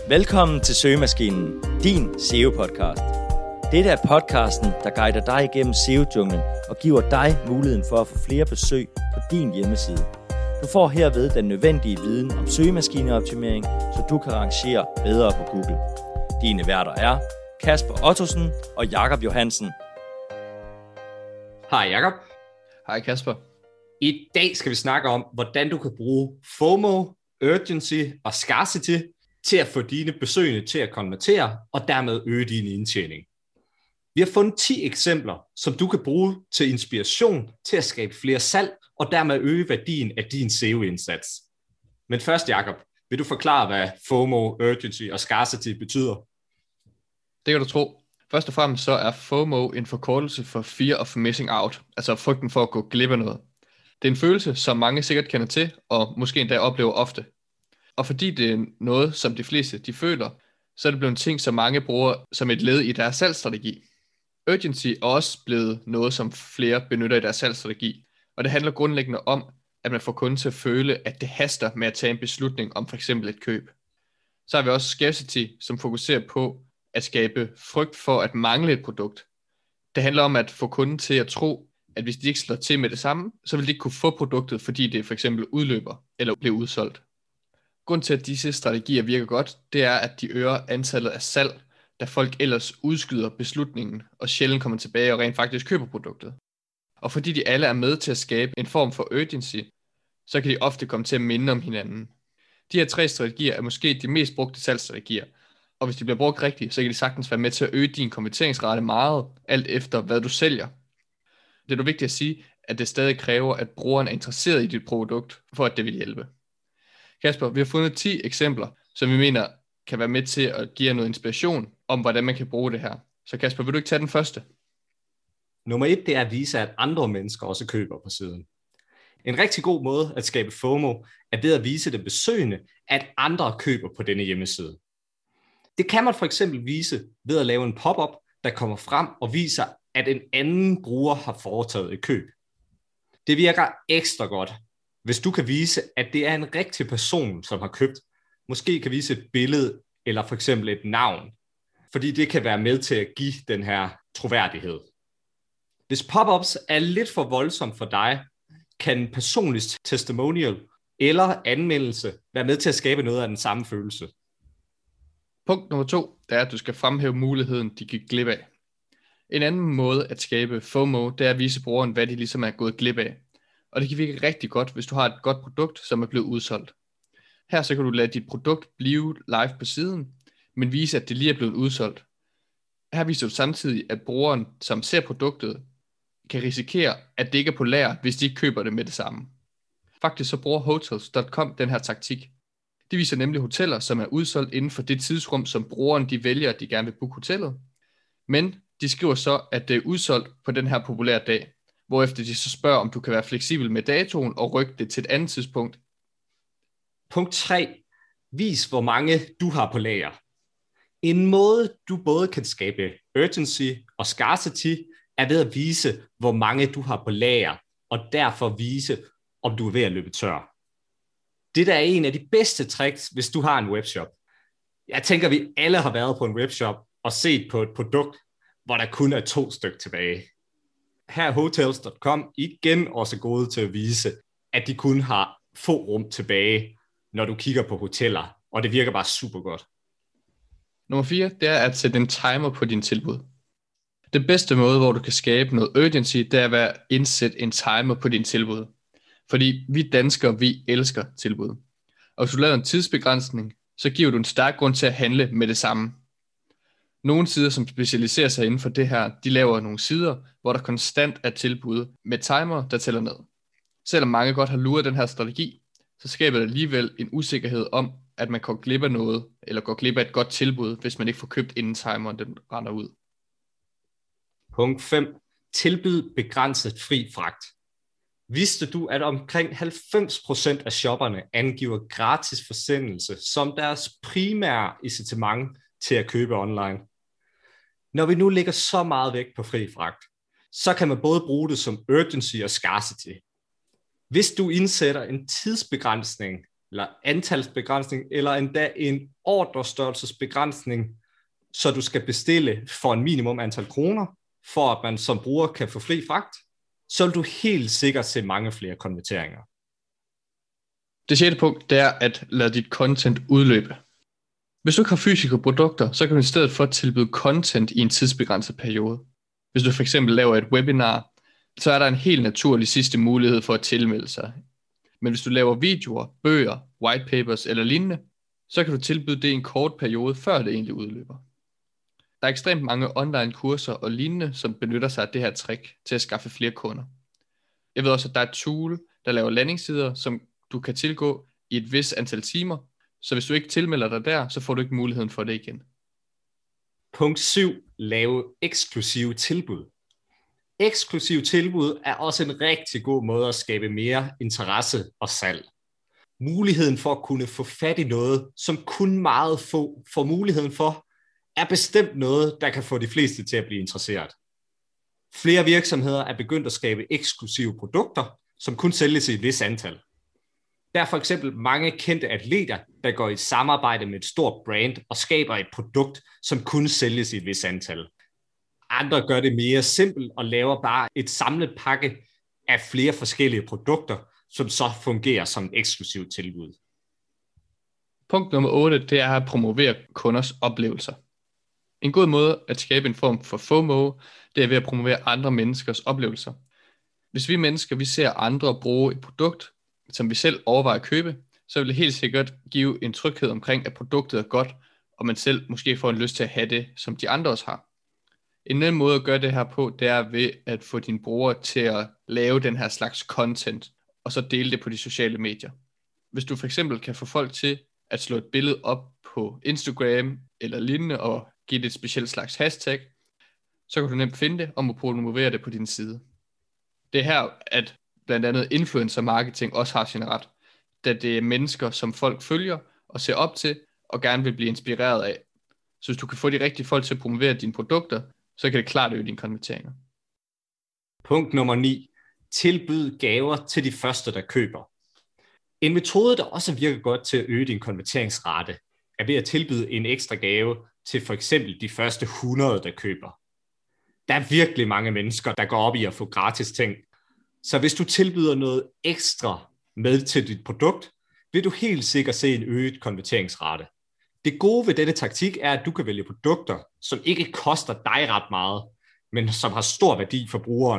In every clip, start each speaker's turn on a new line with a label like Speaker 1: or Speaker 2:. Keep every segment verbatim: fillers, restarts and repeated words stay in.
Speaker 1: Velkommen til Søgemaskinen, din S E O-podcast. Dette er podcasten, der guider dig igennem S E O-junglen og giver dig muligheden for at få flere besøg på din hjemmeside. Du får herved den nødvendige viden om søgemaskineoptimering, så du kan rangere bedre på Google. Dine værter er Kasper Ottosen og Jakob Johansen.
Speaker 2: Hej Jakob.
Speaker 3: Hej Kasper.
Speaker 2: I dag skal vi snakke om, hvordan du kan bruge FOMO, urgency og scarcity til at få dine besøgende til at konvertere og dermed øge din indtjening. Vi har fundet ti eksempler, som du kan bruge til inspiration til at skabe flere salg og dermed øge værdien af din S E O-indsats. Men først Jakob, vil du forklare, hvad FOMO, urgency og scarcity betyder?
Speaker 3: Det kan du tro. Først og fremmest så er FOMO en forkortelse for Fear of Missing Out, altså frygten for at gå glip af noget. Det er en følelse, som mange sikkert kender til, og måske endda oplever ofte. Og fordi det er noget, som de fleste de føler, så er det blevet en ting, som mange bruger som et led i deres salgsstrategi. Urgency er også blevet noget, som flere benytter i deres salgsstrategi, og det handler grundlæggende om, at man får kunden til at føle, at det haster med at tage en beslutning om f.eks. et køb. Så har vi også scarcity, som fokuserer på at skabe frygt for at mangle et produkt. Det handler om at få kunden til at tro, at hvis de ikke slår til med det samme, så vil de ikke kunne få produktet, fordi det f.eks. udløber eller bliver udsolgt. Grunden til, at disse strategier virker godt, det er, at de øger antallet af salg, da folk ellers udskyder beslutningen og sjældent kommer tilbage og rent faktisk køber produktet. Og fordi de alle er med til at skabe en form for urgency, så kan de ofte komme til at minde om hinanden. De her tre strategier er måske de mest brugte salgsstrategier, og hvis de bliver brugt rigtigt, så kan de sagtens være med til at øge din konverteringsrate meget, alt efter hvad du sælger. Det er dog vigtigt at sige, at det stadig kræver, at brugeren er interesseret i dit produkt, for at det vil hjælpe. Kasper, vi har fundet ti eksempler, som vi mener kan være med til at give jer noget inspiration om, hvordan man kan bruge det her. Så Kasper, vil du ikke tage den første?
Speaker 2: Nummer et, det er at vise, at andre mennesker også køber på siden. En rigtig god måde at skabe FOMO er ved at vise den besøgende, at andre køber på denne hjemmeside. Det kan man for eksempel vise ved at lave en pop-up, der kommer frem og viser, at en anden bruger har foretaget et køb. Det virker ekstra godt, hvis du kan vise, at det er en rigtig person, som har købt. Måske kan vise et billede eller for eksempel et navn, fordi det kan være med til at give den her troværdighed. Hvis pop-ups er lidt for voldsomt for dig, kan en personlig testimonial eller anmeldelse være med til at skabe noget af den samme følelse.
Speaker 3: Punkt nummer to, det er, at du skal fremhæve muligheden, de gik glip af. En anden måde at skabe FOMO, det er at vise brugeren, hvad de ligesom er gået glip af. Og det kan virke rigtig godt, hvis du har et godt produkt, som er blevet udsolgt. Her så kan du lade dit produkt blive live på siden, men vise, at det lige er blevet udsolgt. Her viser du samtidig, at brugeren, som ser produktet, kan risikere, at det ikke er på lager, hvis de ikke køber det med det samme. Faktisk så bruger hotels punktum com den her taktik. Det viser nemlig hoteller, som er udsolgt inden for det tidsrum, som brugeren de vælger, at de gerne vil booke hotellet. Men de skriver så, at det er udsolgt på den her populære dag, hvorefter de så spørger, om du kan være fleksibel med datoen og rykke det til et andet tidspunkt.
Speaker 2: Punkt tre. Vis, hvor mange du har på lager. En måde, du både kan skabe urgency og scarcity, er ved at vise, hvor mange du har på lager, og derfor vise, om du er ved at løbe tør. Det der er en af de bedste tricks, hvis du har en webshop. Jeg tænker, vi alle har været på en webshop og set på et produkt, hvor der kun er to stykker tilbage. Her er hotels punktum com igen også gode til at vise, at de kun har få rum tilbage, når du kigger på hoteller, og det virker bare super godt.
Speaker 3: Nummer fire, det er at sætte en timer på din tilbud. Det bedste måde, hvor du kan skabe noget urgency, det er at indsætte en timer på din tilbud. Fordi vi danskere, vi elsker tilbud. Og hvis du laver en tidsbegrænsning, så giver du en stærk grund til at handle med det samme. Nogle sider, som specialiserer sig inden for det her, de laver nogle sider, hvor der konstant er tilbud med timer, der tæller ned. Selvom mange godt har luret den her strategi, så skaber det alligevel en usikkerhed om, at man går glip af noget, eller går glip af et godt tilbud, hvis man ikke får købt inden timeren den render ud.
Speaker 2: Punkt fem. Tilbyd begrænset fri fragt. Vidste du, at omkring halvfems procent af shopperne angiver gratis forsendelse som deres primære incitament til at købe online? Når vi nu lægger så meget vægt på fri fragt, så kan man både bruge det som urgency og scarcity. Hvis du indsætter en tidsbegrænsning, eller antalsbegrænsning, eller endda en ordrestørrelsesbegrænsning, så du skal bestille for en minimum antal kroner, for at man som bruger kan få fri fragt, så vil du helt sikkert se mange flere konverteringer.
Speaker 3: Det sjette punkt, det er at lade dit content udløbe. Hvis du ikke har fysiske produkter, så kan du i stedet for tilbyde content i en tidsbegrænset periode. Hvis du for eksempel laver et webinar, så er der en helt naturlig sidste mulighed for at tilmelde sig. Men hvis du laver videoer, bøger, whitepapers eller lignende, så kan du tilbyde det i en kort periode, før det egentlig udløber. Der er ekstremt mange online kurser og lignende, som benytter sig af det her trick til at skaffe flere kunder. Jeg ved også, at der er et tool, der laver landingssider, som du kan tilgå i et vis antal timer, så hvis du ikke tilmelder dig der, så får du ikke muligheden for det igen.
Speaker 2: Punkt syv. Lave eksklusive tilbud. Eksklusive tilbud er også en rigtig god måde at skabe mere interesse og salg. Muligheden for at kunne få fat i noget, som kun meget få får muligheden for, er bestemt noget, der kan få de fleste til at blive interesseret. Flere virksomheder er begyndt at skabe eksklusive produkter, som kun sælges i et vis antal. Der er for eksempel mange kendte atleter, der går i samarbejde med et stort brand og skaber et produkt, som kun sælges i et vis antal. Andre gør det mere simpelt og laver bare et samlet pakke af flere forskellige produkter, som så fungerer som et eksklusivt tilbud.
Speaker 3: Punkt nummer otte, det er at promovere kunders oplevelser. En god måde at skabe en form for FOMO, det er ved at promovere andre menneskers oplevelser. Hvis vi mennesker vi ser andre bruge et produkt, som vi selv overvejer at købe, så vil det helt sikkert give en tryghed omkring, at produktet er godt, og man selv måske får en lyst til at have det, som de andre også har. En anden måde at gøre det her på, det er ved at få dine brugere til at lave den her slags content, og så dele det på de sociale medier. Hvis du for eksempel kan få folk til at slå et billede op på Instagram eller lignende, og give det et specielt slags hashtag, så kan du nemt finde det, og må promovere det på din side. Det er her, at blandt andet influencer marketing også har sin ret, da det er mennesker, som folk følger og ser op til, og gerne vil blive inspireret af. Så hvis du kan få de rigtige folk til at promovere dine produkter, så kan det klart øge dine konverteringer.
Speaker 2: Punkt nummer ni. Tilbyd gaver til de første, der køber. En metode, der også virker godt til at øge din konverteringsrate, er ved at tilbyde en ekstra gave til for eksempel de første hundrede, der køber. Der er virkelig mange mennesker, der går op i at få gratis ting. Så hvis du tilbyder noget ekstra med til dit produkt, vil du helt sikkert se en øget konverteringsrate. Det gode ved denne taktik er, at du kan vælge produkter, som ikke koster dig ret meget, men som har stor værdi for brugeren.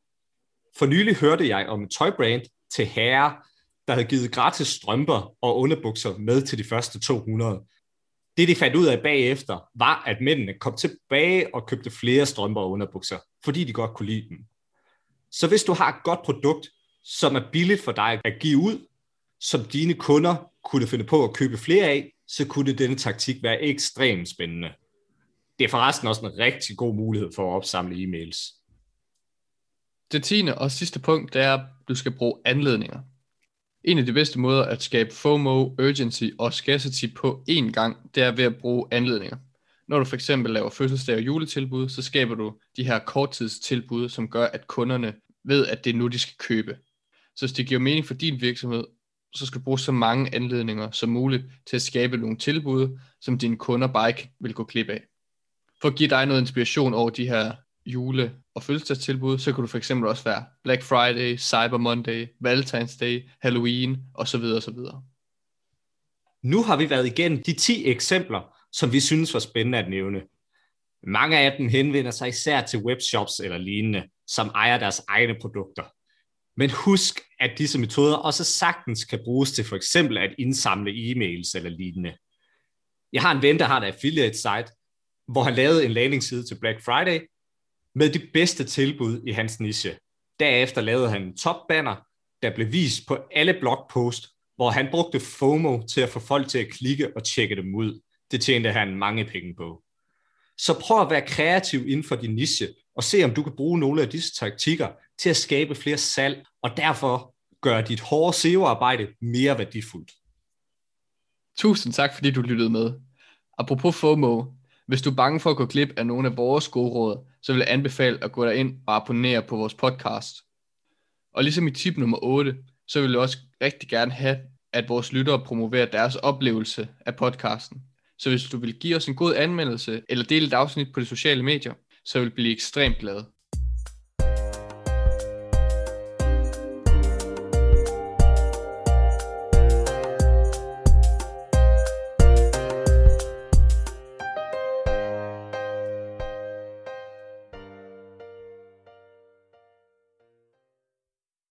Speaker 2: For nylig hørte jeg om et tøjbrand til herrer, der havde givet gratis strømper og underbukser med til de første to hundrede. Det de fandt ud af bagefter, var, at mændene kom tilbage og købte flere strømper og underbukser, fordi de godt kunne lide dem. Så hvis du har et godt produkt, som er billigt for dig at give ud, som dine kunder kunne finde på at købe flere af, så kunne denne taktik være ekstremt spændende. Det er forresten også en rigtig god mulighed for at opsamle e-mails.
Speaker 3: Det tiende og sidste punkt, det er, at du skal bruge anledninger. En af de bedste måder at skabe FOMO, urgency og scarcity på én gang, det er ved at bruge anledninger. Når du for eksempel laver fødselsdag og juletilbud, så skaber du de her korttidstilbud, som gør, at kunderne ved, at det er nu, de skal købe. Så hvis det giver mening for din virksomhed, så skal du bruge så mange anledninger som muligt til at skabe nogle tilbud, som dine kunder bare ikke vil gå glip af. For at give dig noget inspiration over de her jule- og fødselsdagstilbud, så kan du for eksempel også være Black Friday, Cyber Monday, Valentine's Day, Halloween osv. osv.
Speaker 2: Nu har vi været igennem de ti eksempler, som vi synes var spændende at nævne. Mange af dem henvender sig især til webshops eller lignende, som ejer deres egne produkter. Men husk, at disse metoder også sagtens kan bruges til for eksempel at indsamle e-mails eller lignende. Jeg har en ven, der har et affiliate site, hvor han lavede en landingsside til Black Friday med de bedste tilbud i hans niche. Derefter lavede han en topbanner, der blev vist på alle blogpost, hvor han brugte FOMO til at få folk til at klikke og tjekke dem ud. Det tjente han mange penge på. Så prøv at være kreativ inden for din niche, og se om du kan bruge nogle af disse taktikker til at skabe flere salg, og derfor gøre dit hårde S E O-arbejde mere værdifuldt.
Speaker 3: Tusind tak, fordi du lyttede med. Apropos FOMO, hvis du er bange for at gå glip af nogle af vores gode råd, så vil jeg anbefale at gå derind og abonnere på vores podcast. Og ligesom i tip nummer otte, så vil jeg også rigtig gerne have at vores lyttere promoverer deres oplevelse af podcasten. Så hvis du vil give os en god anmeldelse, eller dele et afsnit på de sociale medier, så vil vi blive ekstremt glade.